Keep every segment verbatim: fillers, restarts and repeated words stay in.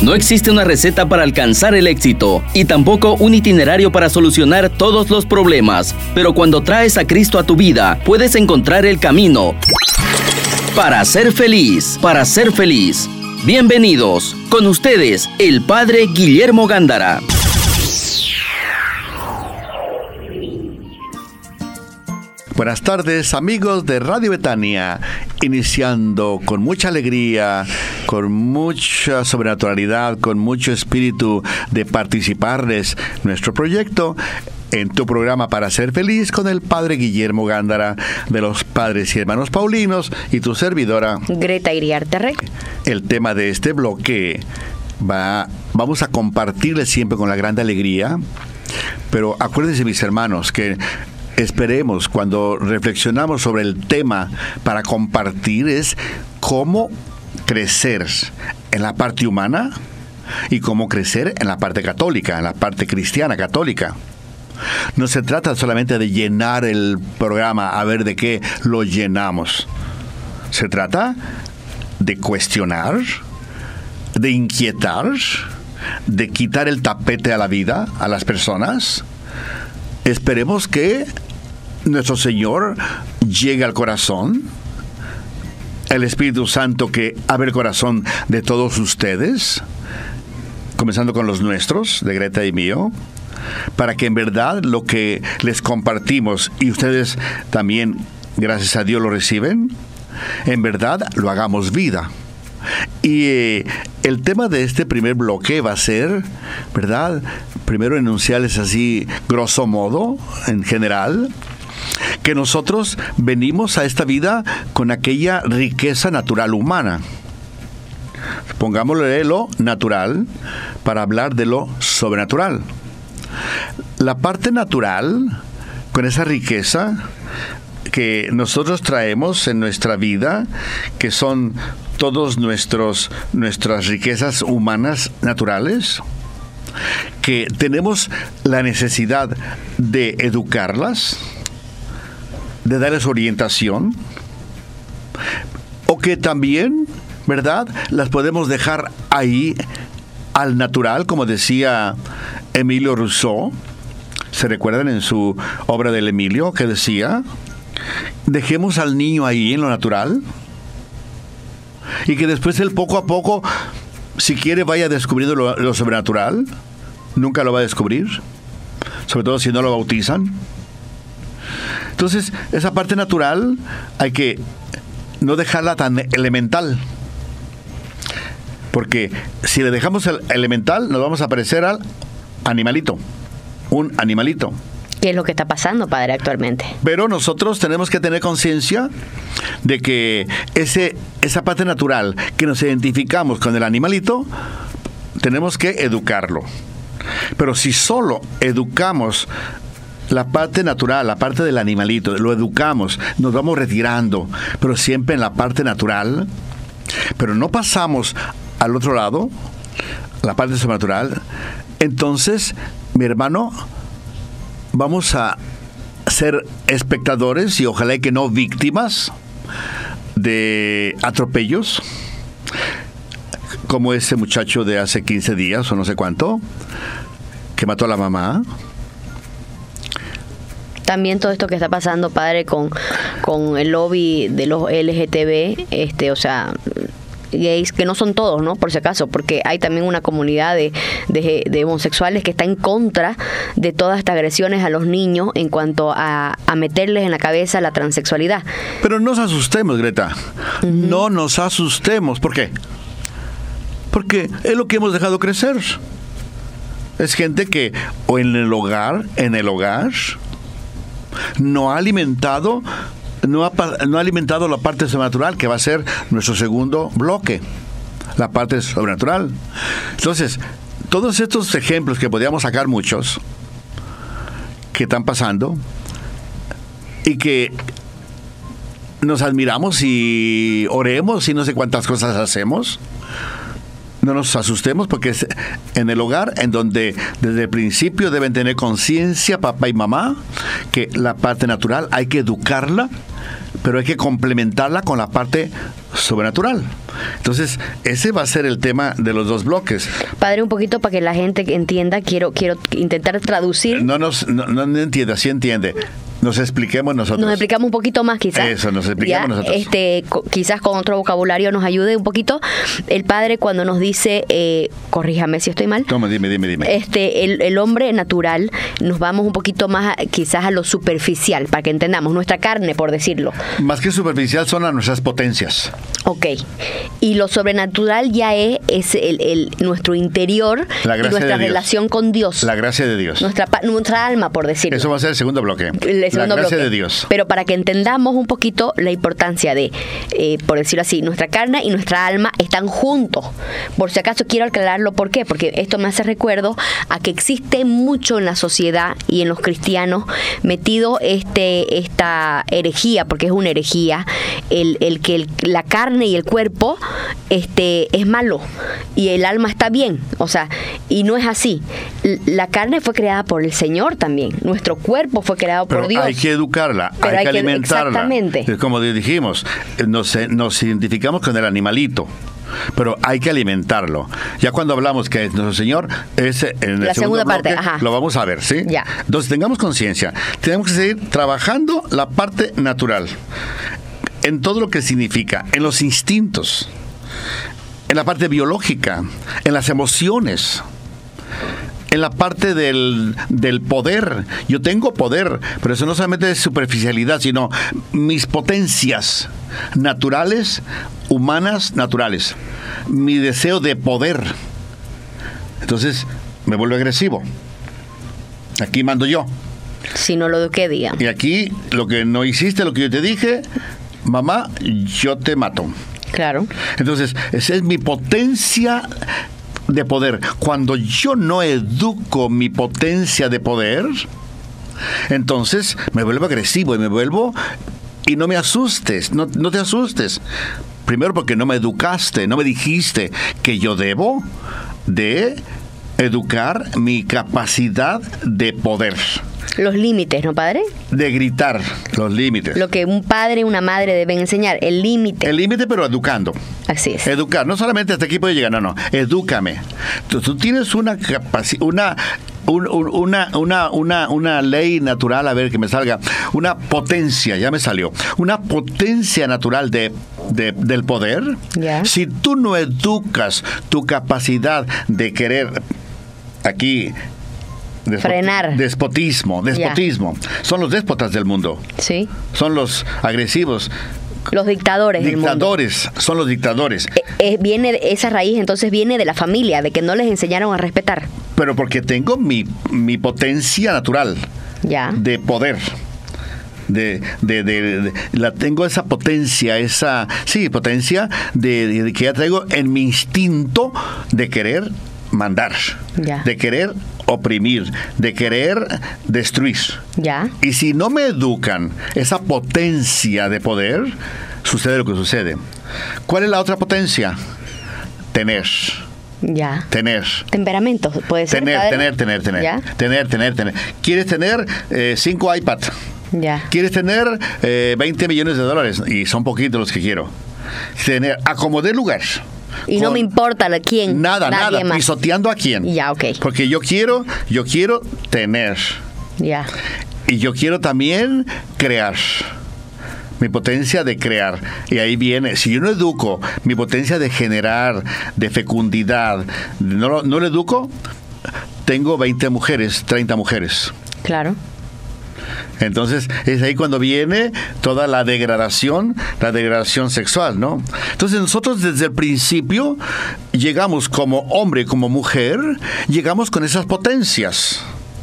No existe una receta para alcanzar el éxito y tampoco un itinerario para solucionar todos los problemas, pero cuando traes a Cristo a tu vida, puedes encontrar el camino para ser feliz, para ser feliz. Bienvenidos, con ustedes, el Padre Guillermo Gándara. Buenas tardes, amigos de Radio Betania, iniciando con mucha alegría, con mucha sobrenaturalidad, con mucho espíritu de participarles nuestro proyecto en tu programa Para Ser Feliz con el Padre Guillermo Gándara de los Padres y Hermanos Paulinos y tu servidora Greta Iriarte Rey. El tema de este bloque va, vamos a compartirles siempre con la gran alegría, pero acuérdense, mis hermanos, que esperemos, cuando reflexionamos sobre el tema para compartir, es cómo crecer en la parte humana y cómo crecer en la parte católica, en la parte cristiana católica. No se trata solamente de llenar el programa a ver de qué lo llenamos. Se trata de cuestionar, de inquietar, de quitar el tapete a la vida, a las personas. Esperemos que nuestro Señor llegue al corazón, el Espíritu Santo que abre el corazón de todos ustedes, comenzando con los nuestros, de Greta y mío, para que en verdad lo que les compartimos y ustedes también, gracias a Dios, lo reciben, en verdad lo hagamos vida. Y eh, el tema de este primer bloque va a ser, ¿verdad? Primero enunciarles así, grosso modo, en general, que nosotros venimos a esta vida con aquella riqueza natural humana. Pongámosle lo natural para hablar de lo sobrenatural. La parte natural, con esa riqueza que nosotros traemos en nuestra vida, que son todos nuestros nuestras riquezas humanas naturales, que tenemos la necesidad de educarlas, de darles orientación, o que también, ¿verdad?, las podemos dejar ahí al natural, como decía Emilio Rousseau. ¿Se recuerdan en su obra del Emilio que decía? Dejemos al niño ahí en lo natural y que después él poco a poco, si quiere, vaya descubriendo lo, lo sobrenatural. Nunca lo va a descubrir, sobre todo si no lo bautizan. Entonces, esa parte natural hay que no dejarla tan elemental, porque si le dejamos el elemental, nos vamos a parecer al animalito, un animalito. ¿Qué es lo que está pasando, padre, actualmente? Pero nosotros tenemos que tener conciencia de que ese, esa parte natural que nos identificamos con el animalito, tenemos que educarlo. Pero si solo educamos la parte natural, la parte del animalito, lo educamos, nos vamos retirando, pero siempre en la parte natural, pero no pasamos al otro lado, la parte sobrenatural, entonces, mi hermano, vamos a ser espectadores y ojalá que no víctimas de atropellos, como ese muchacho de hace quince días o no sé cuánto, que mató a la mamá. También todo esto que está pasando, padre, con, con el lobby de los L G T B, este, o sea, gays, que no son todos, ¿no? Por si acaso, porque hay también una comunidad de, de, de homosexuales que está en contra de todas estas agresiones a los niños en cuanto a, a meterles en la cabeza la transexualidad. Pero no nos asustemos, Greta. Uh-huh. No nos asustemos. ¿Por qué? Porque es lo que hemos dejado crecer. Es gente que, o en el hogar, en el hogar, no ha alimentado No ha, no ha alimentado la parte sobrenatural, que va a ser nuestro segundo bloque, la parte sobrenatural. Entonces, todos estos ejemplos que podríamos sacar, muchos que están pasando y que nos admiramos y oremos y no sé cuántas cosas hacemos, no nos asustemos, porque es en el hogar en donde desde el principio deben tener conciencia papá y mamá que la parte natural hay que educarla pero hay que complementarla con la parte sobrenatural. Entonces, ese va a ser el tema de los dos bloques. Padre, un poquito para que la gente entienda, quiero quiero intentar traducir. No nos no, no entiende, sí entiende. Nos expliquemos nosotros. Nos explicamos un poquito más, quizás. Eso, nos explicamos ya, nosotros. Este, co- quizás con otro vocabulario nos ayude un poquito. El Padre cuando nos dice, eh, corríjame si estoy mal. Toma, dime, dime, dime. Este, el, el hombre natural, nos vamos un poquito más a- quizás a lo superficial, para que entendamos, nuestra carne, por decirlo. Más que superficial son a nuestras potencias. Ok. Y lo sobrenatural ya es, es el, el- nuestro interior La y gracia nuestra de Dios. relación con Dios. La gracia de Dios. nuestra, pa- nuestra alma, por decirlo. Eso va a ser el segundo bloque. El segundo la gracia bloque. de Dios. Pero para que entendamos un poquito la importancia de, eh, por decirlo así, nuestra carne y nuestra alma están juntos. Por si acaso quiero aclararlo, ¿por qué? Porque esto me hace recuerdo a que existe mucho en la sociedad y en los cristianos metido este esta herejía, porque es una herejía, el, el que el- la carne y el cuerpo este es malo y el alma está bien. O sea, y no es así. L- La carne fue creada por el Señor también. Nuestro cuerpo fue creado Pero por Dios. hay que educarla, Pero hay, hay que que- alimentarla. exactamente. Es como dijimos, nos, nos identificamos con el animalito, pero hay que alimentarlo. Ya cuando hablamos que nuestro Señor es en el La segundo segunda parte, bloque, ajá. lo vamos a ver, ¿sí? Ya. Entonces tengamos conciencia, tenemos que seguir trabajando la parte natural, en todo lo que significa, en los instintos, en la parte biológica, en las emociones, en la parte del, del poder. Yo tengo poder, pero eso no solamente es superficialidad, sino mis potencias naturales, humanas, naturales. Mi deseo de poder. Entonces, me vuelvo agresivo. Aquí mando yo. Si no lo eduqué, diga. Y aquí, lo que no hiciste, lo que yo te dije, mamá, yo te mato. Claro. Entonces, esa es mi potencia de poder. Cuando yo no educo mi potencia de poder, entonces me vuelvo agresivo y me vuelvo... Y no me asustes, no, no te asustes. Primero porque no me educaste, no me dijiste que yo debo de educar mi capacidad de poder. Los límites, ¿no, padre? De gritar los límites. Lo que un padre y una madre deben enseñar, el límite. El límite, pero educando. Así es. Educar, no solamente hasta aquí puede llegar, no, no, edúcame. Tú, tú tienes una capacidad, una, un- un- una, una, una, una ley natural, a ver que me salga, una potencia, ya me salió, una potencia natural de, de- del poder. Ya. Si tú no educas tu capacidad de querer aquí despot- Frenar. despotismo, despotismo, son los déspotas del mundo, Sí. son los agresivos. Los dictadores del mundo. Dictadores, son los dictadores. Eh, eh, viene de- esa raíz, entonces viene de la familia, de que no les enseñaron a respetar. Pero porque tengo mi, mi potencia natural Ya. de poder. De, de, de- de- la tengo esa potencia, esa, sí, potencia de, de- de que ya traigo en mi instinto de querer mandar, Ya. de querer oprimir, de querer destruir. Ya. Y si no me educan esa potencia de poder, sucede lo que sucede. ¿Cuál es la otra potencia? Tener, Ya. tener. Temperamento, puede ser. Tener, padre? tener, tener, tener, Ya. tener, tener, tener. ¿Quieres tener eh, cinco iPad? Ya. ¿Quieres tener eh, veinte millones de dólares? Y son poquitos los que quiero. Tener, acomodé lugar. Y no Con me importa la- quién. Nada, nadie nada. más. Pisoteando a quién. Ya, ok. Porque yo quiero, yo quiero tener. Ya. Y yo quiero también crear. Mi potencia de crear. Y ahí viene, si yo no educo mi potencia de generar, de fecundidad, no, lo- no lo educo, tengo veinte mujeres, treinta mujeres. Claro. Entonces, es ahí cuando viene toda la degradación, la degradación sexual, ¿no? Entonces, nosotros desde el principio llegamos como hombre, como mujer, llegamos con esas potencias.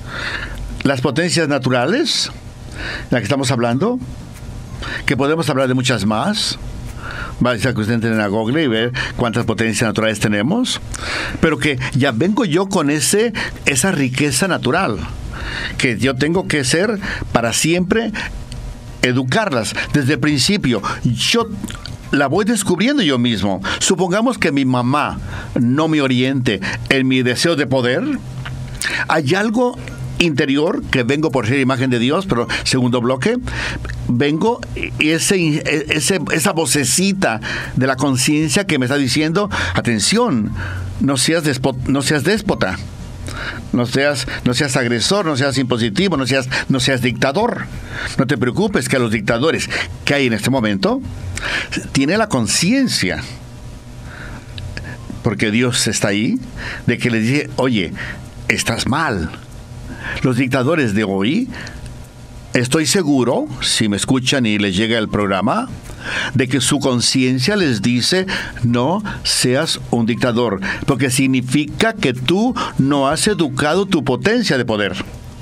Las potencias naturales, la que estamos hablando, que podemos hablar de muchas más. Basta que usted entre en la Google y ver cuántas potencias naturales tenemos, pero que ya vengo yo con ese esa riqueza natural, que yo tengo que ser para siempre educarlas desde el principio. Yo la voy descubriendo yo mismo. Supongamos que mi mamá no me oriente en mi deseo de poder. Hay algo interior que vengo por ser imagen de Dios, pero segundo bloque, vengo y ese, ese, esa vocecita de la conciencia que me está diciendo, atención, no seas, despo, no seas déspota, no seas, no seas agresor, no seas impositivo, no seas, no seas dictador. No te preocupes que a los dictadores que hay en este momento, tiene la conciencia, porque Dios está ahí, de que les dice, oye, estás mal. Los dictadores de hoy, estoy seguro, si me escuchan y les llega el programa, de que su conciencia les dice, no seas un dictador, porque significa que tú no has educado tu potencia de poder.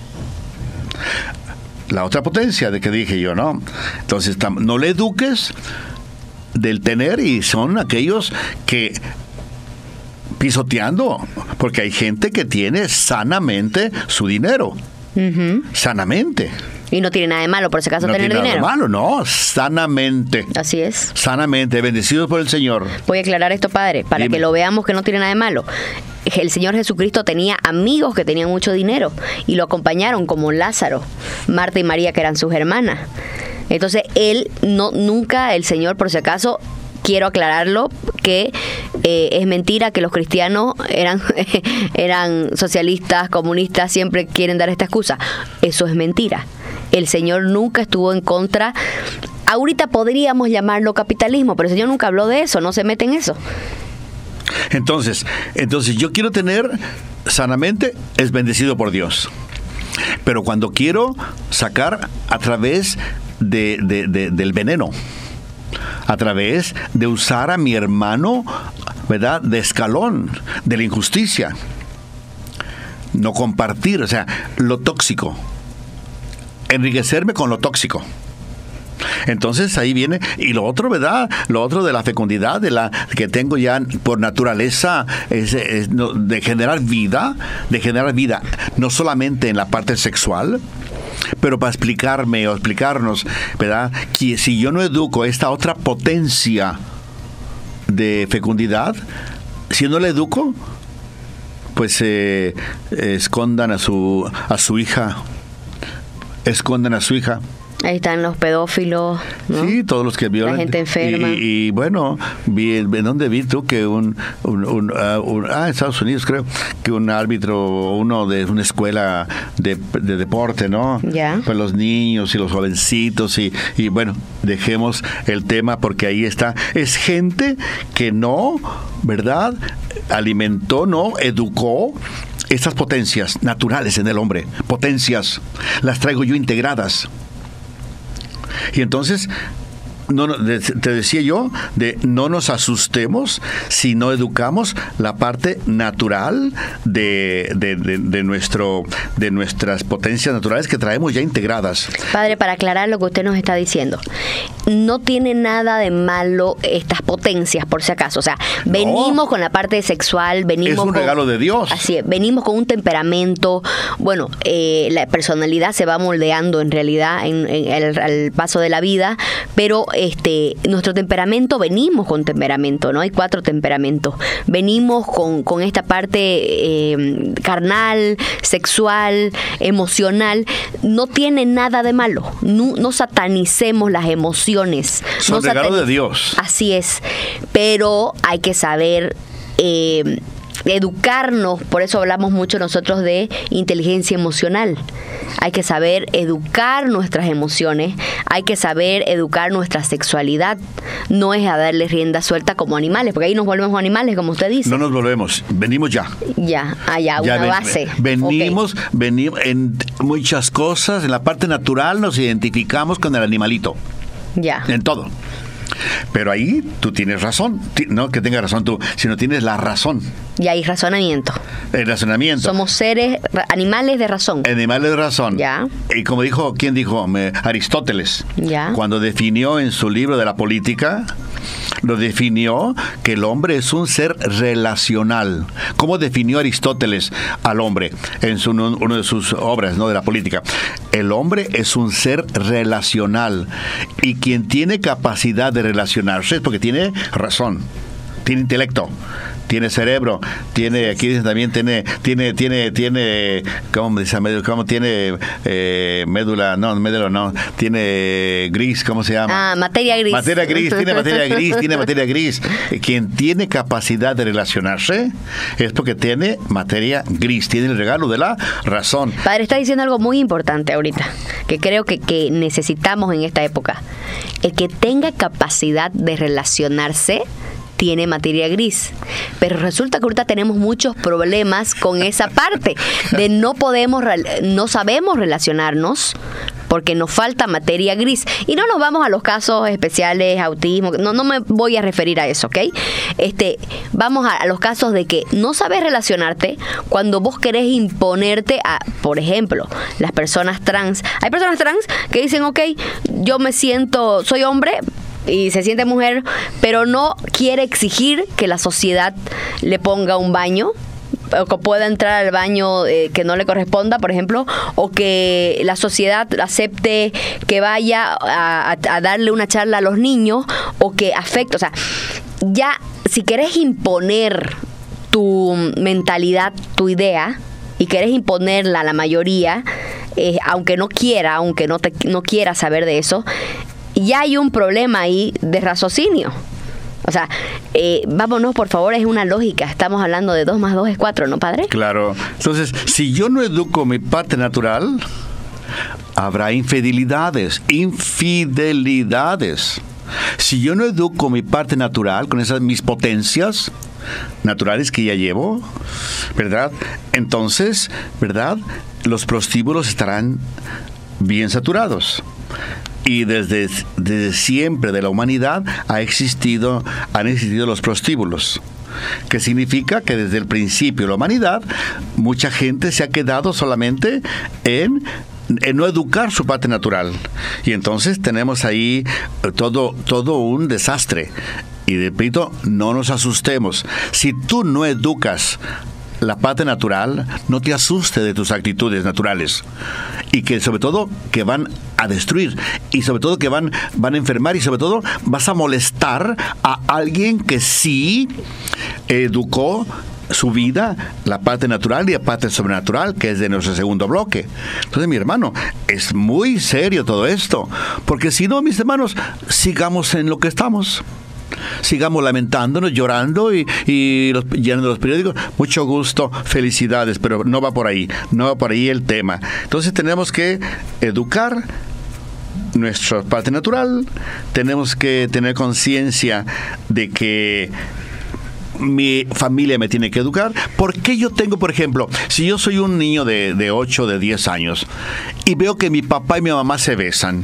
La otra potencia de que dije yo, ¿no? Entonces, no le eduques del tener, y son aquellos que pisoteando, porque hay gente que tiene sanamente su dinero. Uh-huh. Sanamente. Y no tiene nada de malo, por si acaso, no tener tiene dinero. Nada de malo, no, sanamente. Así es. Sanamente, bendecidos por el Señor. Voy a aclarar esto, padre, para Dime. que lo veamos que no tiene nada de malo. El Señor Jesucristo tenía amigos que tenían mucho dinero y lo acompañaron, como Lázaro, Marta y María, que eran sus hermanas. Entonces, él no, nunca, el Señor, por si acaso, quiero aclararlo, que eh, es mentira que los cristianos eran, eran socialistas, comunistas, siempre quieren dar esta excusa. Eso es mentira. El Señor nunca estuvo en contra. Ahorita podríamos llamarlo capitalismo, pero el Señor nunca habló de eso, no se mete en eso. Entonces, entonces yo quiero tener sanamente, es bendecido por Dios. Pero cuando quiero sacar a través de, de, de, del veneno, a través de usar a mi hermano, ¿verdad?, de escalón, de la injusticia, no compartir, o sea, lo tóxico, enriquecerme con lo tóxico. Entonces ahí viene, y lo otro, ¿verdad? Lo otro de la fecundidad, de la que tengo ya por naturaleza, es, es, no, de generar vida, de generar vida, no solamente en la parte sexual, pero para explicarme o explicarnos, ¿verdad?, que si yo no educo esta otra potencia de fecundidad, si no la educo, pues eh, escondan a su a su hija, escondan a su hija. Ahí están los pedófilos, ¿no? Sí, todos los que violan. La gente enferma. Y, y, y bueno, vi, ¿en dónde vi tú que un, un, un, uh, un... Ah, en Estados Unidos creo, que un árbitro, uno de una escuela de, de deporte, ¿no? Ya. Pues los niños y los jovencitos y, y bueno, dejemos el tema porque ahí está. Es gente que no, ¿verdad?, alimentó, no, educó estas potencias naturales en el hombre. Potencias, las traigo yo integradas. Y entonces, no, te decía yo, de no nos asustemos si no educamos la parte natural de, de, de, de, nuestro, de nuestras potencias naturales que traemos ya integradas. Padre, para aclarar lo que usted nos está diciendo, no tiene nada de malo estas potencias, por si acaso. O sea, venimos no, con la parte sexual, venimos es un con, regalo de Dios. Así es, venimos con un temperamento. Bueno, eh, la personalidad se va moldeando en realidad en, en el, al paso de la vida, pero este nuestro temperamento, venimos con temperamento, ¿no? Hay cuatro temperamentos. Venimos con, con esta parte eh, carnal, sexual, emocional. No tiene nada de malo. No, no satanicemos las emociones. Son no regalo de Dios. Así es. Pero hay que saber eh, educarnos. Por eso hablamos mucho nosotros de inteligencia emocional. Hay que saber educar nuestras emociones, hay que saber educar nuestra sexualidad. No es a darle rienda suelta como animales, porque ahí nos volvemos animales, como usted dice. No nos volvemos, venimos ya. Ya, allá, ya, una ven, base. Venimos, okay. venimos en muchas cosas, en la parte natural nos identificamos con el animalito. Ya. En todo. Pero ahí tú tienes razón, no que tengas razón tú, sino tienes la razón. Y hay razonamiento. El razonamiento. Somos seres, animales de razón. Animales de razón. Ya. Y como dijo, ¿quién dijo? Aristóteles. Ya. Cuando definió en su libro de la política, lo definió que el hombre es un ser relacional. ¿Cómo definió Aristóteles al hombre en su, una de sus obras, ¿no?, de la política? El hombre es un ser relacional y quien tiene capacidad de relacionarse es porque tiene razón, tiene intelecto, tiene cerebro, tiene, aquí dicen también tiene, tiene, tiene, tiene, ¿cómo me dice? ¿Cómo tiene eh, médula? No, médula no, tiene gris, ¿cómo se llama? Ah, materia gris. Materia gris, tiene materia gris, tiene materia gris. Quien tiene capacidad de relacionarse es porque tiene materia gris, tiene el regalo de la razón. Padre, está diciendo algo muy importante ahorita, que creo que, que necesitamos en esta época. El que tenga capacidad de relacionarse tiene materia gris, pero resulta que ahorita tenemos muchos problemas con esa parte de no podemos, no sabemos relacionarnos porque nos falta materia gris. Y no nos vamos a los casos especiales, autismo, no, no me voy a referir a eso, ¿ok? Este, vamos a, a los casos de que no sabes relacionarte cuando vos querés imponerte a, por ejemplo, las personas trans. Hay personas trans que dicen, ok, yo me siento, soy hombre, y se siente mujer, pero no quiere exigir que la sociedad le ponga un baño, o que pueda entrar al baño eh, que no le corresponda, por ejemplo, o que la sociedad acepte que vaya a, a, a darle una charla a los niños, o que afecte, o sea, ya si querés imponer tu mentalidad, tu idea, y querés imponerla a la mayoría, eh, aunque no quiera, aunque no, te, no quiera saber de eso, ya hay un problema ahí de raciocinio. O sea, eh, vámonos, por favor, es una lógica. Estamos hablando de dos más dos es cuatro, ¿no, padre? Claro. Entonces, si yo no educo mi parte natural, habrá infidelidades, infidelidades. Si yo no educo mi parte natural con esas mis potencias naturales que ya llevo, ¿verdad? Entonces, ¿verdad? Los prostíbulos estarán bien saturados. Y desde, desde siempre de la humanidad ha existido, han existido los prostíbulos. Que significa que desde el principio de la humanidad, mucha gente se ha quedado solamente en, en no educar su parte natural. Y entonces tenemos ahí todo, todo un desastre. Y repito, no nos asustemos. Si tú no educas la parte natural, no te asuste de tus actitudes naturales, y que sobre todo que van a destruir, y sobre todo que van, van a enfermar, y sobre todo vas a molestar a alguien que sí educó su vida, la parte natural y la parte sobrenatural, que es de nuestro segundo bloque. Entonces, mi hermano, es muy serio todo esto, porque si no, mis hermanos, sigamos en lo que estamos. Sigamos lamentándonos, llorando y, y los, llenando los periódicos. Mucho gusto, felicidades, pero no va por ahí, no va por ahí el tema. Entonces tenemos que educar nuestra parte natural, tenemos que tener conciencia de que mi familia me tiene que educar. ¿Por qué yo tengo, por ejemplo, si yo soy un niño de, de ocho, de diez años y veo que mi papá y mi mamá se besan,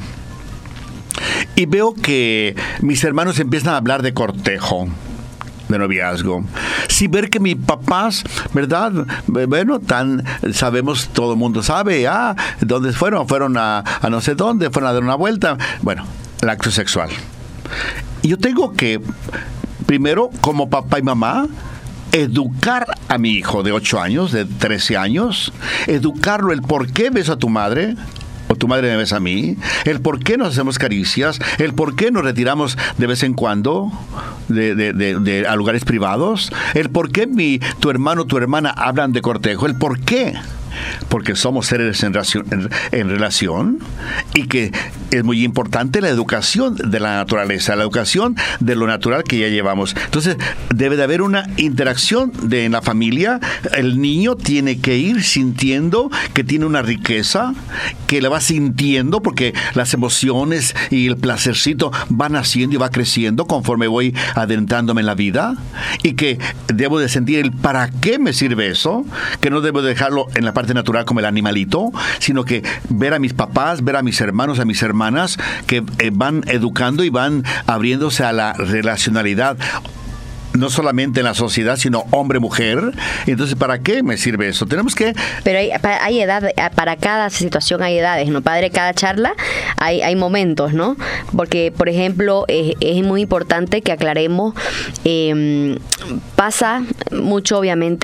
y veo que mis hermanos empiezan a hablar de cortejo, de noviazgo, si ver que mis papás, ¿verdad? Bueno, tan sabemos, todo el mundo sabe, ah, ¿dónde fueron? Fueron a, a no sé dónde, fueron a dar una vuelta. Bueno, el acto sexual. Y yo tengo que, primero, como papá y mamá, educar a mi hijo de ocho años, de trece años, educarlo el por qué beso a tu madre, o tu madre me besa a mí, el por qué nos hacemos caricias, el por qué nos retiramos de vez en cuando de, de, de, de, a lugares privados, el por qué mi, tu hermano o tu hermana hablan de cortejo, el por qué. Porque somos seres en relación, en, en relación, y que es muy importante la educación de la naturaleza, la educación de lo natural que ya llevamos. Entonces, debe de haber una interacción de, en la familia. El niño tiene que ir sintiendo que tiene una riqueza, que la va sintiendo, porque las emociones y el placercito van naciendo y va creciendo conforme voy adentrándome en la vida, y que debo de sentir el para qué me sirve eso, que no debo dejarlo en la parte natural como el animalito, sino que ver a mis papás, ver a mis hermanos, a mis hermanas, que eh, van educando y van abriéndose a la relacionalidad, no solamente en la sociedad, sino hombre-mujer. Entonces, ¿para qué me sirve eso? Tenemos que... Pero hay, hay edad, para cada situación hay edades, ¿no, padre? Cada charla hay, hay momentos, ¿no? Porque, por ejemplo, es, es muy importante que aclaremos, eh, pasa mucho, obviamente,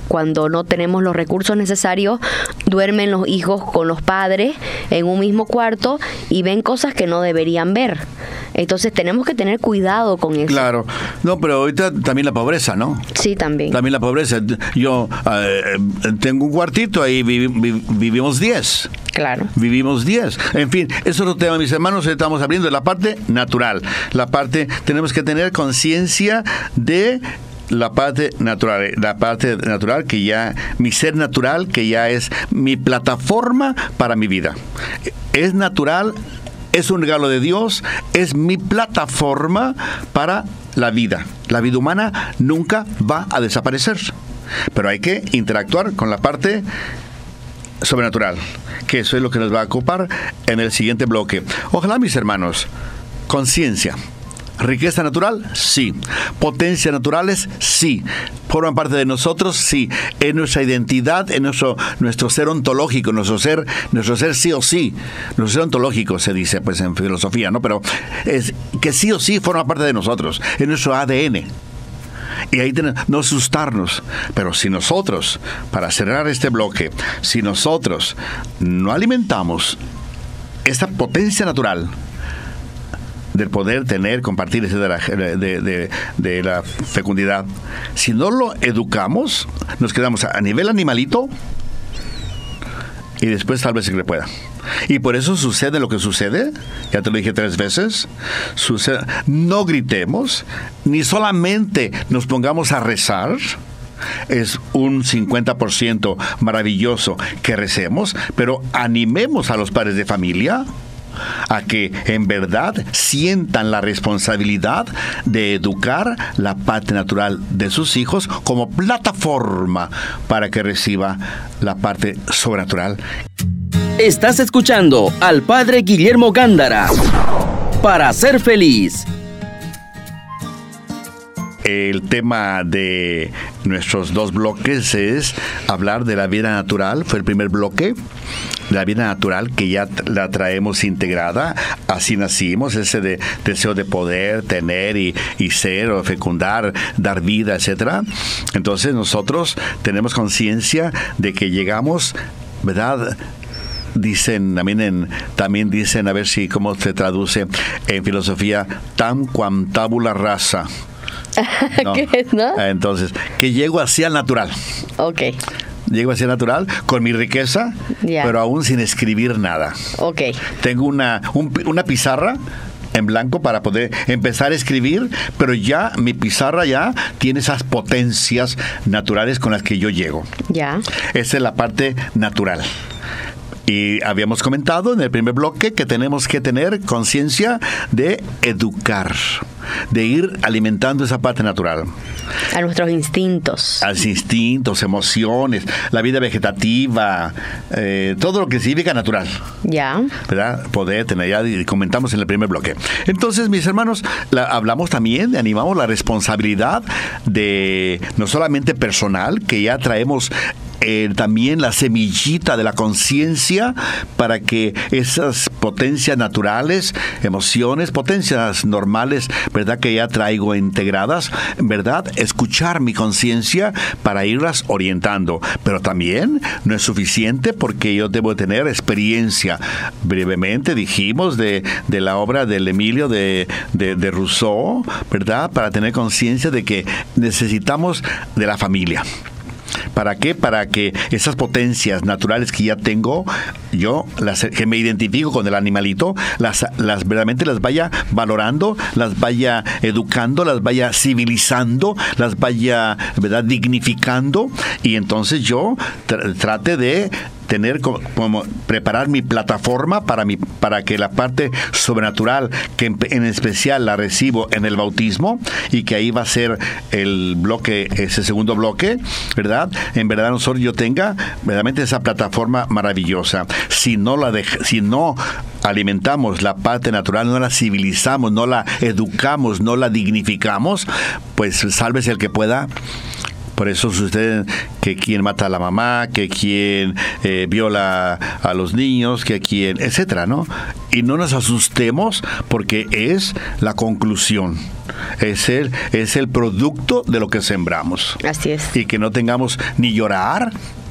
cuando no tenemos los recursos necesarios, duermen los hijos con los padres en un mismo cuarto y ven cosas que no deberían ver. Entonces tenemos que tener cuidado con eso. Claro. No, pero ahorita también la pobreza, ¿no? Sí, también. También la pobreza. Yo eh, tengo un cuartito, ahí vivi, vivi, vivimos diez. Claro. Vivimos diez. En fin, eso es otro tema, mis hermanos. Estamos abriendo la parte natural. La parte, tenemos que tener conciencia de la parte natural, la parte natural que ya, mi ser natural, que ya es mi plataforma para mi vida. Es natural, es un regalo de Dios, es mi plataforma para la vida. La vida humana nunca va a desaparecer, pero hay que interactuar con la parte sobrenatural, que eso es lo que nos va a ocupar en el siguiente bloque. Ojalá, mis hermanos, conciencia. ¿Riqueza natural? Sí. ¿Potencias naturales? Sí. ¿Forman parte de nosotros? Sí. ¿Es nuestra identidad? ¿Es nuestro, nuestro ser ontológico? Nuestro ser, nuestro ser sí o sí. Nuestro ser ontológico se dice pues en filosofía, ¿no? Pero es que sí o sí forma parte de nosotros. Es nuestro A D N. Y ahí tenemos, no asustarnos. Pero si nosotros, para cerrar este bloque, si nosotros no alimentamos esta potencia natural del poder tener, compartir ese de la, de, de, de la fecundidad, si no lo educamos, nos quedamos a nivel animalito y después tal vez se le pueda. Y por eso sucede lo que sucede, ya te lo dije tres veces, sucede, no gritemos, ni solamente nos pongamos a rezar. Es un cincuenta por ciento maravilloso que recemos, pero animemos a los padres de familia a que en verdad sientan la responsabilidad de educar la parte natural de sus hijos como plataforma para que reciba la parte sobrenatural. Estás escuchando al Padre Guillermo Gándara para ser feliz. El tema de nuestros dos bloques es hablar de la vida natural. Fue el primer bloque. La vida natural que ya la traemos integrada. Así nacimos. Ese de, deseo de poder, tener y, y ser o fecundar, dar vida, etcétera. Entonces nosotros tenemos conciencia de que llegamos, ¿verdad? Dicen, también, en, también dicen, a ver si cómo se traduce en filosofía, tam quam tabula rasa. No. ¿Qué es, no? Entonces, que llego hacia el natural. Ok. Llego hacia el natural con mi riqueza, yeah. pero aún sin escribir nada. Ok. Tengo una, un, una pizarra en blanco para poder empezar a escribir, pero ya mi pizarra ya tiene esas potencias naturales con las que yo llego. Ya. Esa es la parte natural. Y habíamos comentado en el primer bloque que tenemos que tener conciencia de educar, de ir alimentando esa parte natural. A nuestros instintos. A los instintos, emociones, la vida vegetativa, eh, todo lo que significa natural. Ya. ¿Verdad? Poder tener, ya comentamos en el primer bloque. Entonces, mis hermanos, la, hablamos también, animamos la responsabilidad de, no solamente personal, que ya traemos Eh, también la semillita de la conciencia para que esas potencias naturales, emociones, potencias normales, ¿verdad? Que ya traigo integradas, ¿verdad? Escuchar mi conciencia para irlas orientando. Pero también no es suficiente porque yo debo tener experiencia. Brevemente dijimos de, de la obra del Emilio de, de, de Rousseau, ¿verdad? Para tener conciencia de que necesitamos de la familia. ¿Para qué? Para que esas potencias naturales que ya tengo, yo, las que me identifico con el animalito, las, las verdaderamente las vaya valorando, las vaya educando, las vaya civilizando, las vaya, ¿verdad?, dignificando, y entonces yo tr- trate de tener como, como preparar mi plataforma para mi para que la parte sobrenatural, que en, en especial la recibo en el bautismo, y que ahí va a ser el bloque, ese segundo bloque, ¿verdad? En verdad nosotros yo tenga verdaderamente esa plataforma maravillosa. Si no la dej- si no alimentamos la parte natural, no la civilizamos, no la educamos, no la dignificamos, pues sálvese el que pueda Por eso sucede que quien mata a la mamá, que quien eh, viola a los niños, que quien, etcétera, ¿no? Y no nos asustemos porque es la conclusión. Es el, es el producto de lo que sembramos. Así es. Y que no tengamos ni llorar,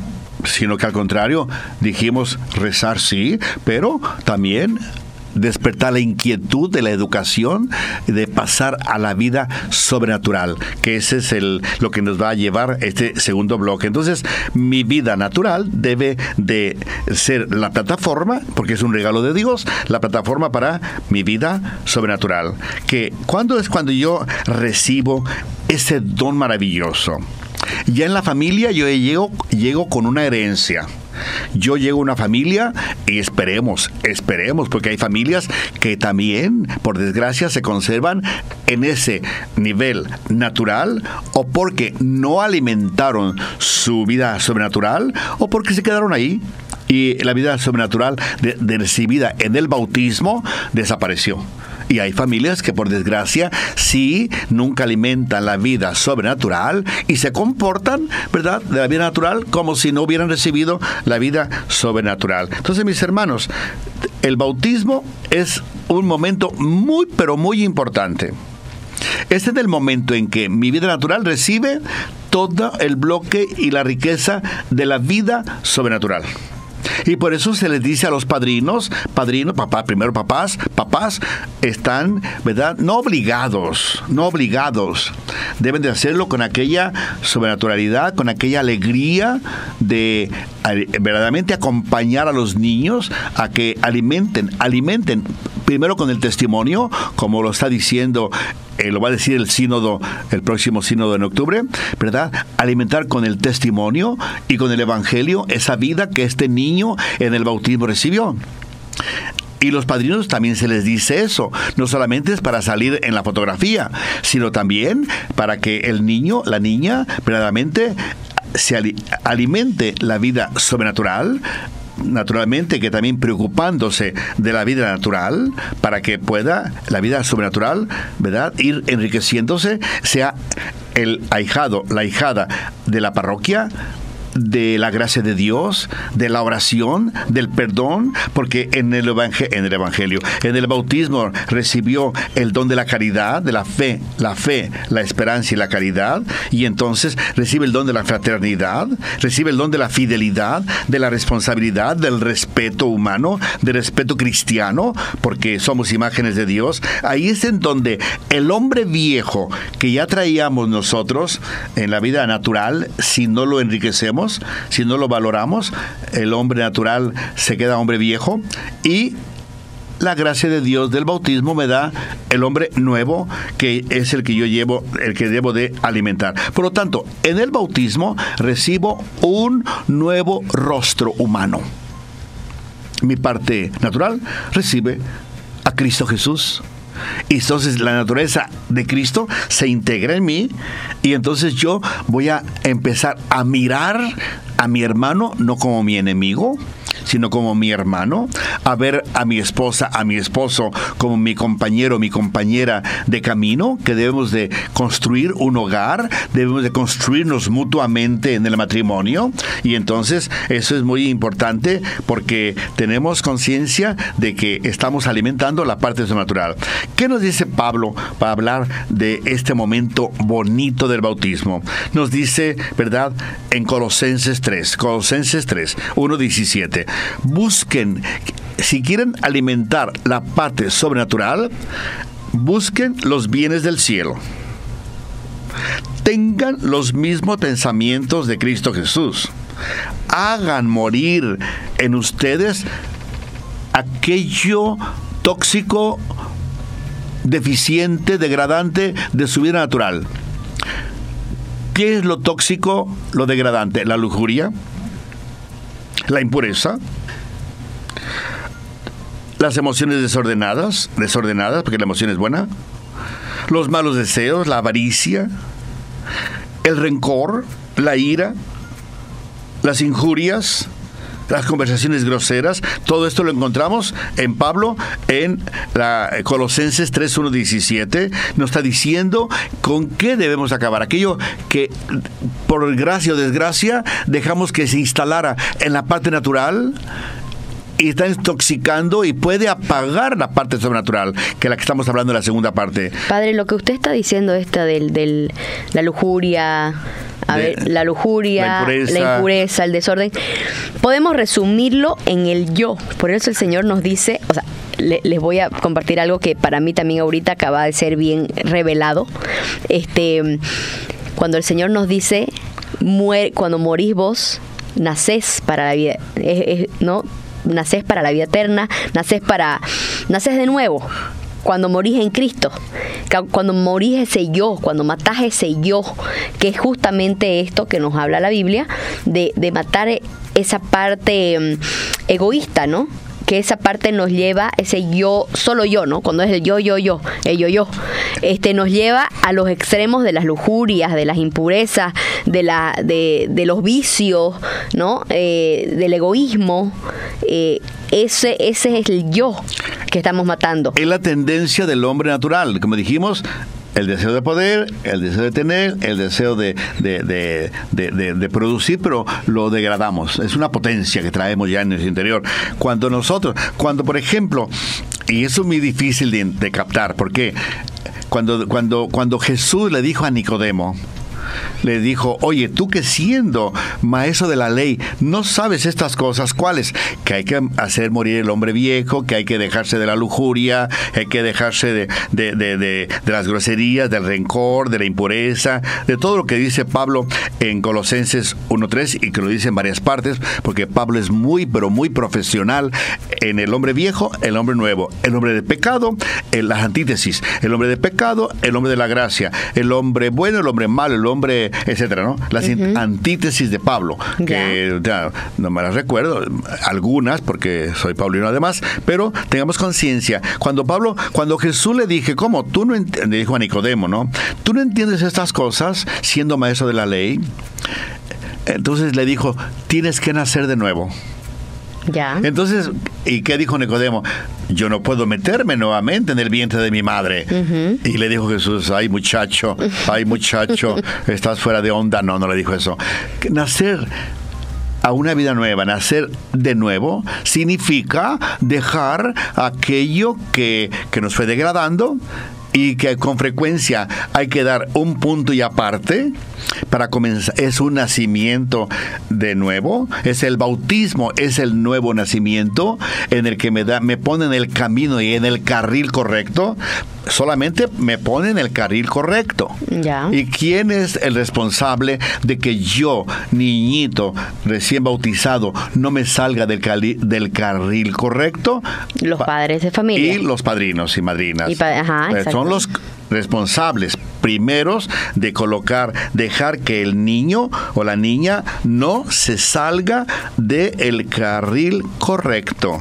sino que al contrario, dijimos rezar sí, pero también despertar la inquietud de la educación, de pasar a la vida sobrenatural, que ese es el lo que nos va a llevar este segundo bloque. Entonces, mi vida natural debe de ser la plataforma, porque es un regalo de Dios, la plataforma para mi vida sobrenatural. Que ¿cuándo es cuando yo recibo ese don maravilloso? Ya en la familia yo llego, llego con una herencia. Yo llego a una familia y esperemos, esperemos, porque hay familias que también, por desgracia, se conservan en ese nivel natural, o porque no alimentaron su vida sobrenatural, o porque se quedaron ahí y la vida sobrenatural de, de recibida en el bautismo desapareció. Y hay familias que, por desgracia, sí, nunca alimentan la vida sobrenatural y se comportan, ¿verdad?, de la vida natural como si no hubieran recibido la vida sobrenatural. Entonces, mis hermanos, el bautismo es un momento muy, pero muy importante. Este es el momento en que mi vida natural recibe todo el bloque y la riqueza de la vida sobrenatural. Y por eso se les dice a los padrinos, padrinos, papá, primero papás, papás están, ¿verdad?, no obligados, no obligados. Deben de hacerlo con aquella sobrenaturalidad, con aquella alegría de verdaderamente acompañar a los niños a que alimenten, alimenten primero con el testimonio, como lo está diciendo, eh, lo va a decir el sínodo, el próximo sínodo en octubre, ¿verdad? Alimentar con el testimonio y con el evangelio esa vida que este niño en el bautismo recibió. Y los padrinos también se les dice eso, no solamente es para salir en la fotografía, sino también para que el niño, la niña, verdaderamente se ali- alimente la vida sobrenatural, naturalmente que también preocupándose de la vida natural, para que pueda la vida sobrenatural, ¿verdad?, ir enriqueciéndose, sea el ahijado, la ahijada de la parroquia, de la gracia de Dios, de la oración, del perdón, porque en el, evangel- en el Evangelio, en el bautismo recibió el don de la caridad, de la fe, la fe, la esperanza y la caridad, y entonces recibe el don de la fraternidad, recibe el don de la fidelidad, de la responsabilidad, del respeto humano, del respeto cristiano, porque somos imágenes de Dios. Ahí es en donde el hombre viejo que ya traíamos nosotros en la vida natural, si no lo enriquecemos, si no lo valoramos, el hombre natural se queda hombre viejo, y la gracia de Dios del bautismo me da el hombre nuevo, que es el que yo llevo, el que debo de alimentar. Por lo tanto, en el bautismo recibo un nuevo rostro humano. Mi parte natural recibe a Cristo Jesús. Y entonces la naturaleza de Cristo se integra en mí, y entonces yo voy a empezar a mirar a mi hermano no como mi enemigo, sino como mi hermano, a ver a mi esposa, a mi esposo como mi compañero, mi compañera de camino, que debemos de construir un hogar, debemos de construirnos mutuamente en el matrimonio. Y entonces eso es muy importante, porque tenemos conciencia de que estamos alimentando la parte sobrenatural. ¿Qué nos dice Pablo para hablar de este momento bonito del bautismo? Nos dice, ¿verdad?, en Colosenses tres, Colosenses tres, uno diecisiete. Busquen, si quieren alimentar la parte sobrenatural, busquen los bienes del cielo. Tengan los mismos pensamientos de Cristo Jesús. Hagan morir en ustedes aquello tóxico, deficiente, degradante de su vida natural. ¿Qué es lo tóxico, lo degradante? La lujuria, la impureza, las emociones desordenadas, desordenadas, porque la emoción es buena, los malos deseos, la avaricia, el rencor, la ira, las injurias, las conversaciones groseras, todo esto lo encontramos en Pablo en la Colosenses tres, uno, diecisiete. Nos está diciendo con qué debemos acabar. Aquello que por gracia o desgracia dejamos que se instalara en la parte natural y está intoxicando y puede apagar la parte sobrenatural, que es la que estamos hablando en la segunda parte. Padre, lo que usted está diciendo, esta del, del la lujuria, a de, ver, la lujuria, la impureza. la impureza, el desorden, podemos resumirlo en el yo. Por eso el Señor nos dice, o sea, le, les voy a compartir algo que para mí también ahorita acaba de ser bien revelado. Este, cuando el Señor nos dice, muere, cuando morís vos, nacés para la vida, es, es, ¿no? Nacés para la vida eterna, nacés para, nacés de nuevo. Cuando morís en Cristo, cuando morís ese yo, cuando matás ese yo, que es justamente esto que nos habla la Biblia, de, de matar esa parte um, egoísta, ¿no? Que esa parte nos lleva, ese yo, solo yo, ¿no? Cuando es el yo, yo, yo, el yo, yo, este, nos lleva a los extremos de las lujurias, de las impurezas, de la, de, de los vicios, ¿no? Eh, del egoísmo. Eh, ese, ese es el yo que estamos matando. Es la tendencia del hombre natural, como dijimos. El deseo de poder, el deseo de tener, el deseo de, de, de, de, de, de producir, pero lo degradamos. Es una potencia que traemos ya en nuestro interior. Cuando nosotros, cuando por ejemplo, y eso es muy difícil de, de captar, porque cuando, cuando, cuando Jesús le dijo a Nicodemo, le dijo, oye, tú que siendo maestro de la ley, no sabes estas cosas, ¿cuáles? Que hay que hacer morir el hombre viejo, que hay que dejarse de la lujuria, hay que dejarse de, de, de, de, de las groserías, del rencor, de la impureza, de todo lo que dice Pablo en Colosenses uno tres, y que lo dice en varias partes, porque Pablo es muy, pero muy profesional en el hombre viejo, el hombre nuevo, el hombre de pecado, en las antítesis, el hombre de pecado, el hombre de la gracia, el hombre bueno, el hombre malo, el hombre, etcétera, ¿no? Las uh-huh. antítesis de Pablo, que ya, no me las recuerdo, algunas, porque soy paulino además, pero tengamos conciencia. Cuando Pablo, cuando Jesús le dije, ¿cómo? Tú no ent-, le dijo a Nicodemo, ¿no? ¿Tú no entiendes estas cosas siendo maestro de la ley? Entonces le dijo, tienes que nacer de nuevo. Ya. Entonces, ¿y qué dijo Nicodemo? Yo no puedo meterme nuevamente en el vientre de mi madre. Uh-huh. Y le dijo Jesús, ay muchacho, ay muchacho, estás fuera de onda. No, no le dijo eso. Nacer a una vida nueva, nacer de nuevo, significa dejar aquello que, que nos fue degradando, y que con frecuencia hay que dar un punto y aparte para comenzar. Es un nacimiento de nuevo, es el bautismo, es el nuevo nacimiento en el que me da, me pone en el camino y en el carril correcto. Solamente me pone en el carril correcto. Ya. ¿Y quién es el responsable de que yo, niñito, recién bautizado, no me salga del, cali- del carril correcto? Los padres de familia. Y los padrinos y madrinas. Y pa- Ajá, eh, son los responsables primeros de colocar, dejar que el niño o la niña no se salga del carril correcto,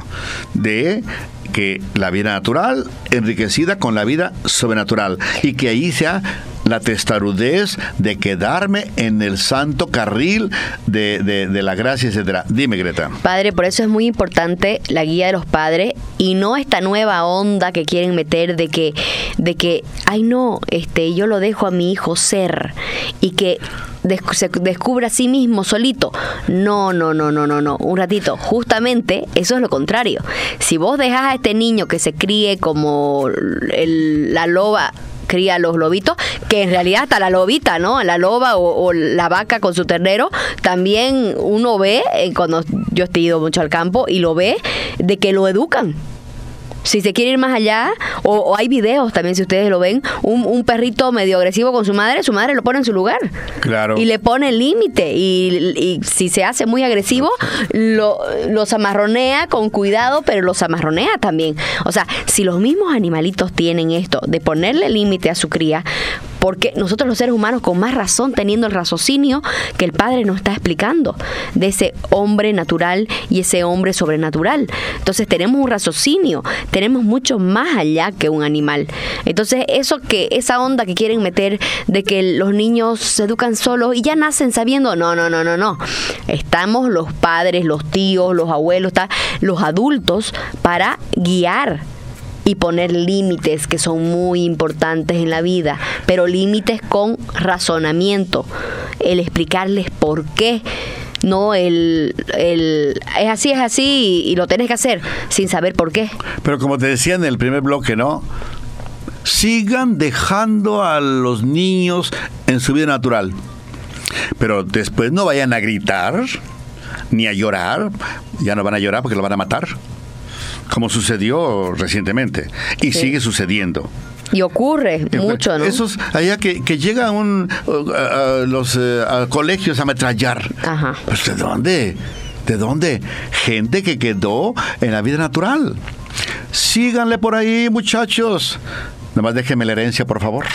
de que la vida natural enriquecida con la vida sobrenatural, y que ahí sea la testarudez de quedarme en el santo carril de, de, de la gracia, etcétera. Dime, Greta. Padre, por eso es muy importante la guía de los padres, y no esta nueva onda que quieren meter de que, de que, ay no, este, yo lo dejo a mi hijo ser, y que se descubra a sí mismo solito. No, no, no, no, no, no. Un ratito. Justamente eso es lo contrario. Si vos dejás a este niño que se críe como el, la loba cría a los lobitos, que en realidad hasta la lobita, ¿no? La loba o, o la vaca con su ternero, también uno ve, eh, cuando yo he ido mucho al campo, y lo ve, de que lo educan. Si se quiere ir más allá, o, o hay videos también, si ustedes lo ven, un, un perrito medio agresivo con su madre, su madre lo pone en su lugar. Claro. Y le pone el límite. Y, y si se hace muy agresivo, lo, los amarronea con cuidado, pero los amarronea también. O sea, si los mismos animalitos tienen esto de ponerle límite a su cría, porque nosotros los seres humanos, con más razón, teniendo el raciocinio que el Padre nos está explicando, de ese hombre natural y ese hombre sobrenatural. Entonces tenemos un raciocinio, tenemos mucho más allá que un animal. Entonces eso que, esa onda que quieren meter de que los niños se educan solos y ya nacen sabiendo, no, no, no, no, no. Estamos los padres, los tíos, los abuelos, ta, los adultos para guiar y poner límites que son muy importantes en la vida, pero límites con razonamiento, el explicarles por qué. No, el, el es así, es así y, y lo tienes que hacer sin saber por qué. Pero como te decía en el primer bloque, ¿no? Sigan dejando a los niños en su vida natural. Pero después no vayan a gritar ni a llorar. Ya no van a llorar porque lo van a matar, como sucedió recientemente. Y sí, sigue sucediendo. Y ocurre mucho, ¿no? Esos allá que, que llegan un, uh, a los uh, a colegios a ametrallar. Ajá. Pues, ¿de dónde? ¿De dónde? Gente que quedó en la vida natural. Síganle por ahí, muchachos. Nomás déjeme la herencia, por favor.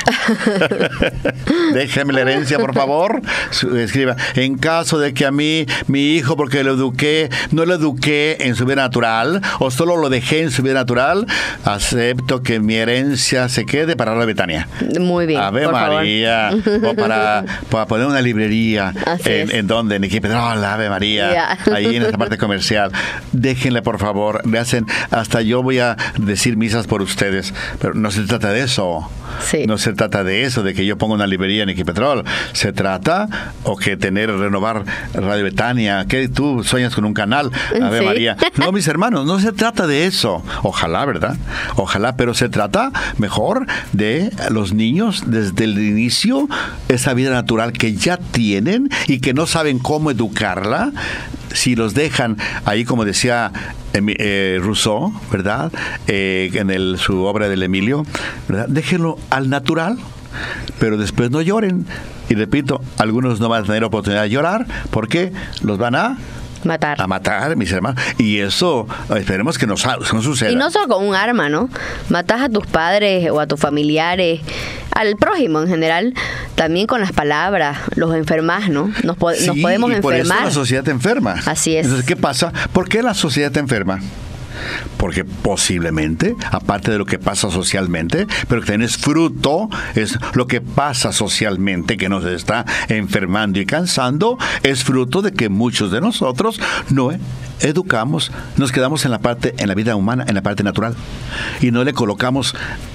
Déjeme la herencia, por favor. Escriba, en caso de que a mí, mi hijo, porque lo eduqué, no lo eduqué en su vida natural, o solo lo dejé en su vida natural, acepto que mi herencia se quede para la Betania. Muy bien. Ave María. O para, para poner una librería. En, en donde, en Equipedrol, Ave María. Yeah. Ahí en esta parte comercial. Déjenle, por favor. Le hacen, hasta yo voy a decir misas por ustedes. Pero no se trata de eso. Sí. No se trata de eso, de que yo ponga una librería en Equipetrol. Se trata, o que tener, renovar Radio Betania, que tú sueñas con un canal, Ave sí. María. No, mis hermanos, no se trata de eso. Ojalá, ¿verdad? Ojalá, pero se trata mejor de los niños desde el inicio, esa vida natural que ya tienen y que no saben cómo educarla. Si los dejan ahí, como decía eh, Rousseau, ¿verdad? Eh, en el, su obra del Emilio, ¿verdad? Déjenlo al natural, pero después no lloren. Y repito, algunos no van a tener oportunidad de llorar porque los van a matar. A matar, mis hermanos. Y eso, esperemos que no, no suceda. Y no solo con un arma, ¿no? Matas a tus padres o a tus familiares, al prójimo en general, también con las palabras, los enfermas, ¿no? Nos, po sí, nos podemos y por enfermar. Eso la sociedad te enferma. Así es. Entonces, ¿qué pasa? ¿Por qué la sociedad te enferma? Porque posiblemente, aparte de lo que pasa socialmente, pero que también es fruto, es lo que pasa socialmente, que nos está enfermando y cansando, es fruto de que muchos de nosotros no educamos, nos quedamos en la parte, en la vida humana, en la parte natural, y no le colocamos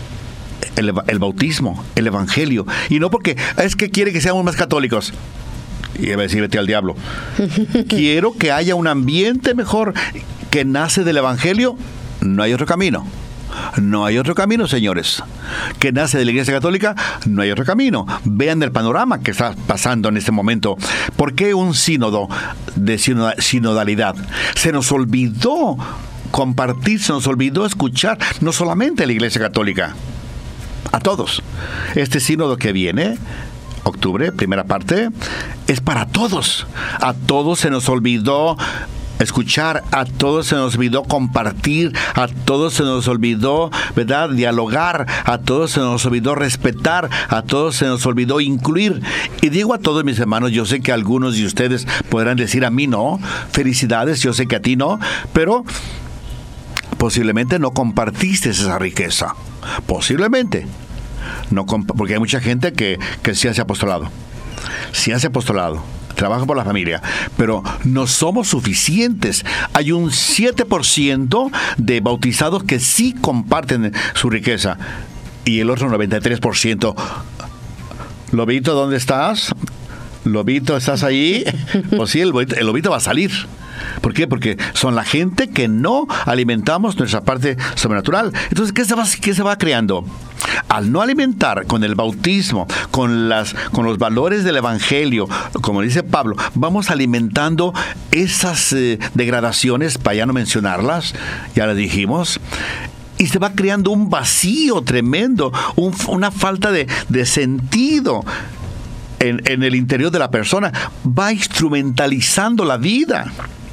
el, el bautismo, el evangelio, y no porque es que quiere que seamos más católicos. Y iba a decir, vete al diablo. Quiero que haya un ambiente mejor que nace del evangelio. No hay otro camino. No hay otro camino, señores. Que nace de la Iglesia Católica, no hay otro camino. Vean el panorama que está pasando en este momento. ¿Por qué un sínodo de sinodalidad? Se nos olvidó compartir, se nos olvidó escuchar, no solamente a la Iglesia Católica, a todos. Este sínodo que viene, octubre, primera parte, es para todos. A todos se nos olvidó escuchar, a todos se nos olvidó compartir, a todos se nos olvidó, ¿verdad?, dialogar, a todos se nos olvidó respetar, a todos se nos olvidó incluir. Y digo a todos mis hermanos, yo sé que algunos de ustedes podrán decir, a mí no, felicidades, yo sé que a ti no, pero posiblemente no compartiste esa riqueza, posiblemente. No, porque hay mucha gente que, que sí hace apostolado, sí hace apostolado, trabaja por la familia, pero no somos suficientes. Hay un siete por ciento de bautizados que sí comparten su riqueza y el otro noventa y tres por ciento. Lobito, ¿dónde estás? Lobito, ¿estás ahí? Pues sí, el lobito, el lobito va a salir. ¿Por qué? Porque son la gente que no alimentamos nuestra parte sobrenatural. Entonces, ¿qué se va, qué se va creando? Al no alimentar con el bautismo, con, las, con los valores del evangelio, como dice Pablo, vamos alimentando esas eh, degradaciones, para ya no mencionarlas, ya las dijimos, y se va creando un vacío tremendo, un, una falta de, de sentido en, en el interior de la persona. Va instrumentalizando la vida,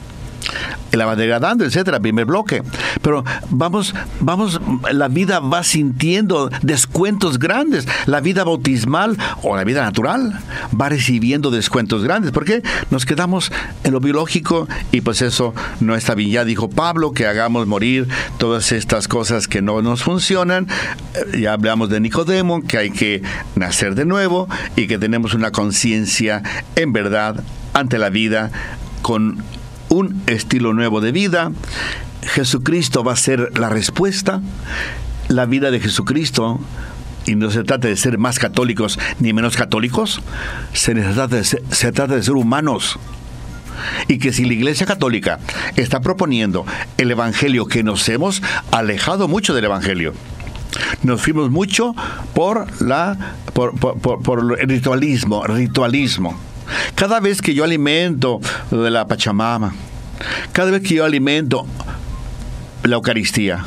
la va degradando, etcétera, primer bloque. Pero vamos, vamos, la vida va sintiendo descuentos grandes. La vida bautismal o la vida natural va recibiendo descuentos grandes. porque Nos quedamos en lo biológico y pues eso no está bien. Ya dijo Pablo que hagamos morir todas estas cosas que no nos funcionan. Ya hablamos de Nicodemo, que hay que nacer de nuevo y que tenemos una conciencia en verdad ante la vida con un estilo nuevo de vida. Jesucristo va a ser la respuesta. La vida de Jesucristo, y no se trata de ser más católicos ni menos católicos, se trata de ser, se trata de ser humanos. Y que si la Iglesia Católica está proponiendo el Evangelio, que nos hemos alejado mucho del Evangelio, nos fuimos mucho por la por, por, por, por el ritualismo, ritualismo. Cada vez que yo alimento lo de la Pachamama, cada vez que yo alimento la Eucaristía,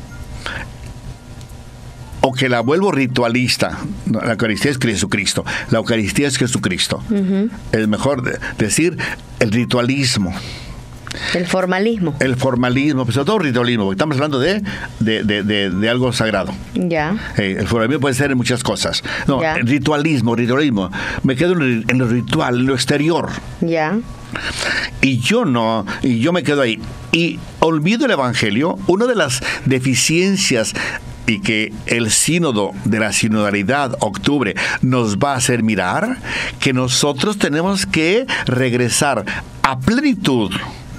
o que la vuelvo ritualista, la Eucaristía es Jesucristo, la Eucaristía es Jesucristo. Uh-huh. Es mejor de, decir el ritualismo. El formalismo. El formalismo, pues sobre todo ritualismo, porque estamos hablando de, de, de, de, de algo sagrado. Ya. Eh, el formalismo puede ser en muchas cosas. No, ya. El ritualismo, ritualismo. Me quedo en, en lo ritual, en lo exterior. Ya. Y yo no, y yo me quedo ahí. Y olvido el Evangelio. Una de las deficiencias y que el sínodo de la sinodalidad, octubre, nos va a hacer mirar, que nosotros tenemos que regresar a plenitud.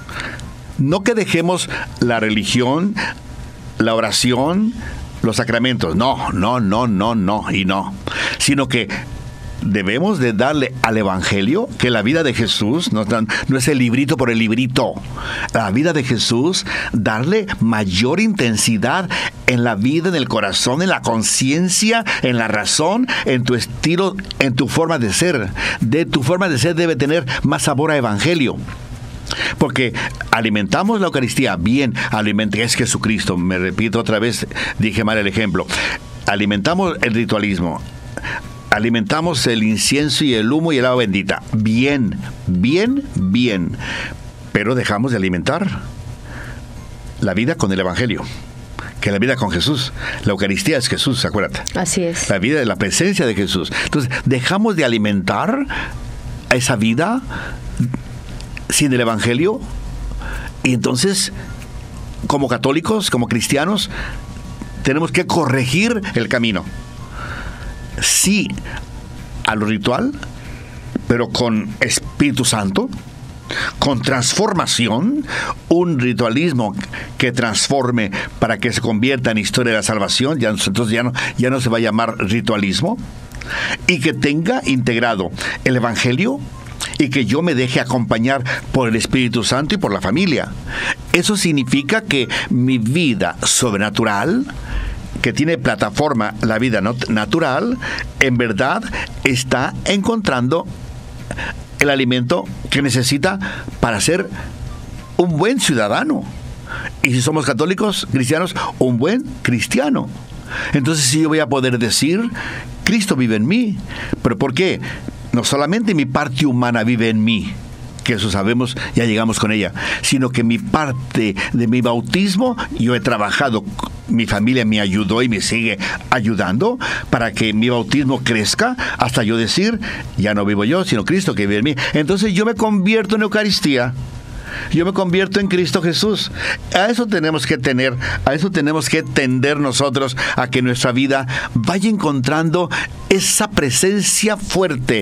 No que dejemos la religión, la oración, los sacramentos. No, no, no, no, no y no. Sino que debemos de darle al Evangelio, que la vida de Jesús no, no es el librito por el librito. La vida de Jesús, darle mayor intensidad en la vida, en el corazón, en la conciencia, en la razón, en tu estilo, en tu forma de ser. De tu forma de ser debe tener más sabor a Evangelio. Porque alimentamos la Eucaristía bien, alimenta, es Jesucristo. Me repito otra vez, dije mal el ejemplo. Alimentamos el ritualismo. Alimentamos el incienso y el humo y el agua bendita. Bien, bien, bien. Pero dejamos de alimentar la vida con el Evangelio. Que la vida con Jesús. La Eucaristía es Jesús, acuérdate. Así es. La vida de la presencia de Jesús. Entonces, dejamos de alimentar a esa vida sin el Evangelio. Y entonces, como católicos, como cristianos, tenemos que corregir el camino. Sí a lo ritual, pero con Espíritu Santo, con transformación, un ritualismo que transforme para que se convierta en historia de la salvación. Ya, entonces ya no, ya no se va a llamar ritualismo, y que tenga integrado el Evangelio, y que yo me deje acompañar por el Espíritu Santo y por la familia. Eso significa que mi vida sobrenatural, que tiene plataforma la vida natural, en verdad está encontrando el alimento que necesita para ser un buen ciudadano. Y si somos católicos, cristianos, un buen cristiano. Entonces sí, yo voy a poder decir, Cristo vive en mí. ¿Pero por qué? No solamente mi parte humana vive en mí, que eso sabemos, ya llegamos con ella, sino que mi parte de mi bautismo, yo he trabajado, mi familia me ayudó y me sigue ayudando para que mi bautismo crezca hasta yo decir, ya no vivo yo, sino Cristo que vive en mí. Entonces yo me convierto en Eucaristía. Yo me convierto en Cristo Jesús. A eso tenemos que tener, a eso tenemos que tender nosotros, a que nuestra vida vaya encontrando esa presencia fuerte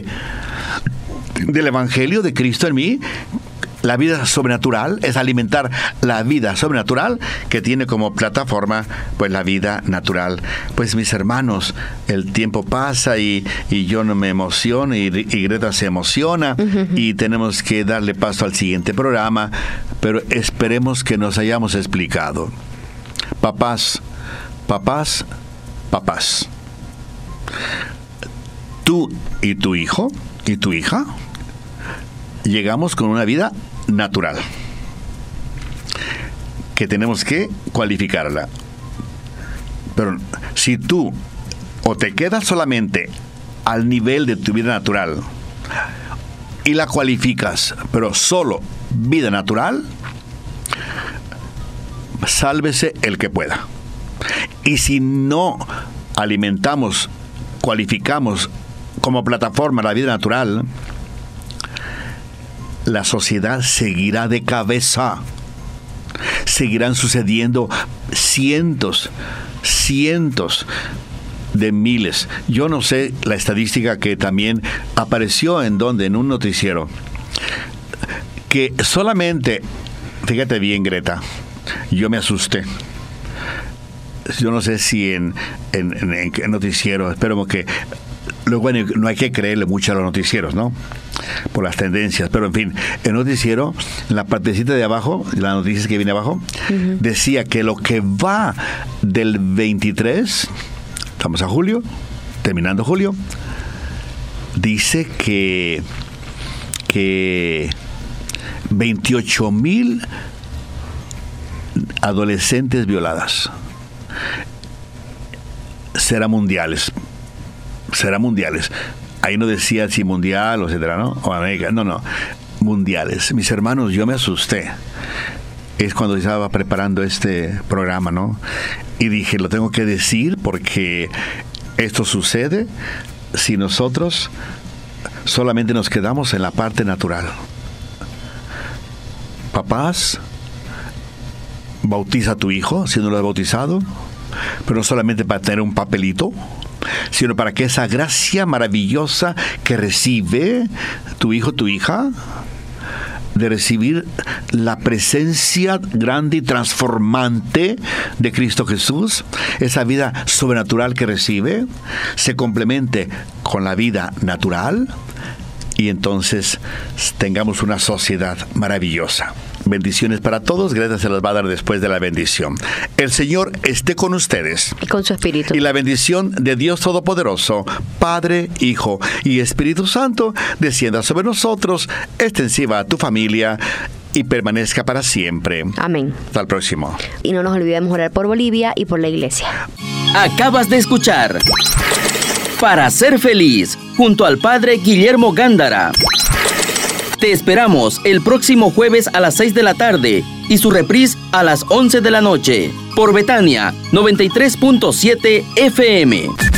del Evangelio de Cristo en mí. La vida sobrenatural es alimentar la vida sobrenatural que tiene como plataforma pues la vida natural. Pues mis hermanos, el tiempo pasa y, y yo no me emociono y, y Greta se emociona uh-huh. y tenemos que darle paso al siguiente programa, pero esperemos que nos hayamos explicado. Papás, papás, papás. Tú y tu hijo y tu hija llegamos con una vida natural, que tenemos que cualificarla. Pero si tú o te quedas solamente al nivel de tu vida natural y la cualificas, pero solo vida natural, sálvese el que pueda. Y si no alimentamos, cualificamos como plataforma la vida natural, la sociedad seguirá de cabeza. Seguirán sucediendo cientos, cientos de miles. Yo no sé la estadística que también apareció en donde, en un noticiero, que solamente, fíjate bien, Greta, yo me asusté. Yo no sé si en, en, en, en noticiero, espero que... Luego, bueno, no hay que creerle mucho a los noticieros, ¿no? Por las tendencias, pero en fin, el noticiero, en la partecita de abajo, la noticia que viene abajo, uh-huh. decía que lo que va del veintitrés, estamos a julio, terminando julio, dice que, que veintiocho mil adolescentes violadas. Será mundiales. Será mundiales. Ahí no decía si mundial o etcétera, ¿no? O América. No, no. Mundiales. Mis hermanos, yo me asusté. Es cuando estaba preparando este programa, ¿no? Y dije, lo tengo que decir porque esto sucede si nosotros solamente nos quedamos en la parte natural. Papás, bautiza a tu hijo si no lo has bautizado, pero no solamente para tener un papelito, sino para que esa gracia maravillosa que recibe tu hijo, tu hija, de recibir la presencia grande y transformante de Cristo Jesús, esa vida sobrenatural que recibe, se complemente con la vida natural y entonces tengamos una sociedad maravillosa. Bendiciones para todos. Greta se las va a dar después de la bendición. El Señor esté con ustedes. Y con su espíritu. Y la bendición de Dios Todopoderoso, Padre, Hijo y Espíritu Santo, descienda sobre nosotros, extensiva a tu familia y permanezca para siempre. Amén. Hasta el próximo. Y no nos olvidemos orar por Bolivia y por la iglesia. Acabas de escuchar Para Ser Feliz, junto al Padre Guillermo Gándara. Te esperamos el próximo jueves a las seis de la tarde y su reprise a las once de la noche por Betania noventa y tres punto siete F M.